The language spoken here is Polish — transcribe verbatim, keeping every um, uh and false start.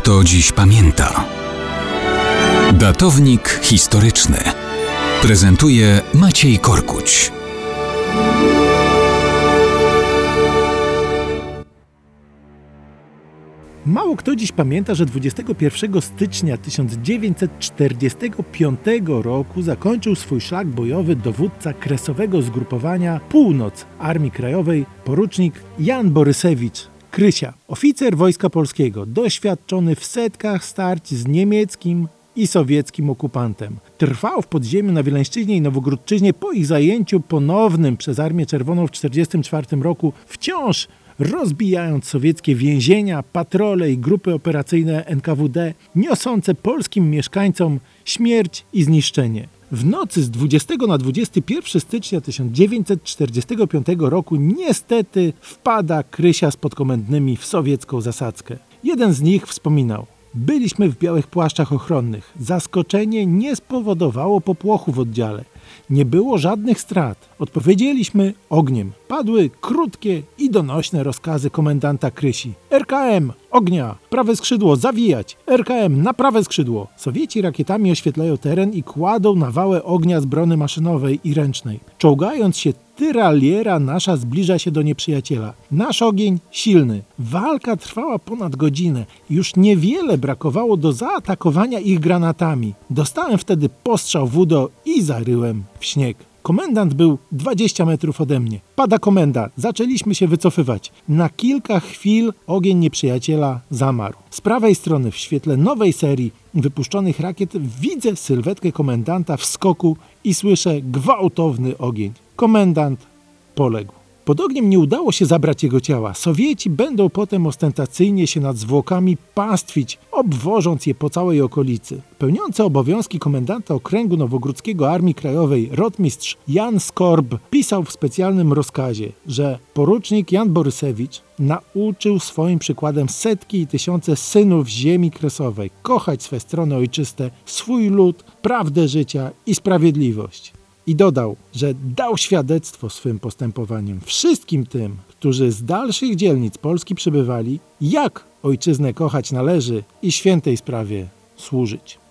kto dziś pamięta. Datownik historyczny prezentuje Maciej Korkuć. Mało kto dziś pamięta, że dwudziestego pierwszego stycznia tysiąc dziewięćset czterdziestego piątego roku zakończył swój szlak bojowy dowódca kresowego zgrupowania Północ Armii Krajowej, porucznik Jan Borysewicz Krysia, oficer Wojska Polskiego, doświadczony w setkach starć z niemieckim i sowieckim okupantem. Trwał w podziemiu na Wileńszczyźnie i Nowogródczyźnie po ich zajęciu ponownym przez Armię Czerwoną w tysiąc dziewięćset czterdziestym czwartym roku, wciąż rozbijając sowieckie więzienia, patrole i grupy operacyjne N K W D, niosące polskim mieszkańcom śmierć i zniszczenie. W nocy z dwudziestego na dwudziesty pierwszy stycznia tysiąc dziewięćset czterdziestego piątego roku niestety wpada Krysia z podkomendnymi w sowiecką zasadzkę. Jeden z nich wspominał: byliśmy w białych płaszczach ochronnych. Zaskoczenie nie spowodowało popłochu w oddziale. Nie było żadnych strat. Odpowiedzieliśmy ogniem. Padły krótkie i donośne rozkazy komendanta Krysi. R K M, ognia! Prawe skrzydło, zawijać! R K M, na prawe skrzydło! Sowieci rakietami oświetlają teren i kładą nawałę ognia z brony maszynowej i ręcznej. Czołgając się, tyraliera nasza zbliża się do nieprzyjaciela. Nasz ogień silny. Walka trwała ponad godzinę. Już niewiele brakowało do zaatakowania ich granatami. Dostałem wtedy postrzał w udo i zaryłem w śnieg. Komendant był dwadzieścia metrów ode mnie. Pada komenda. Zaczęliśmy się wycofywać. Na kilka chwil ogień nieprzyjaciela zamarł. Z prawej strony w świetle nowej serii wypuszczonych rakiet widzę sylwetkę komendanta w skoku i słyszę gwałtowny ogień. Komendant poległ. Pod ogniem nie udało się zabrać jego ciała. Sowieci będą potem ostentacyjnie się nad zwłokami pastwić, obwożąc je po całej okolicy. Pełniący obowiązki komendanta okręgu nowogródzkiego Armii Krajowej rotmistrz Jan Skorb pisał w specjalnym rozkazie, że porucznik Jan Borysewicz nauczył swoim przykładem setki i tysiące synów ziemi kresowej kochać swe strony ojczyste, swój lud, prawdę życia i sprawiedliwość. I dodał, że dał świadectwo swym postępowaniem wszystkim tym, którzy z dalszych dzielnic Polski przybywali, jak ojczyznę kochać należy i świętej sprawie służyć.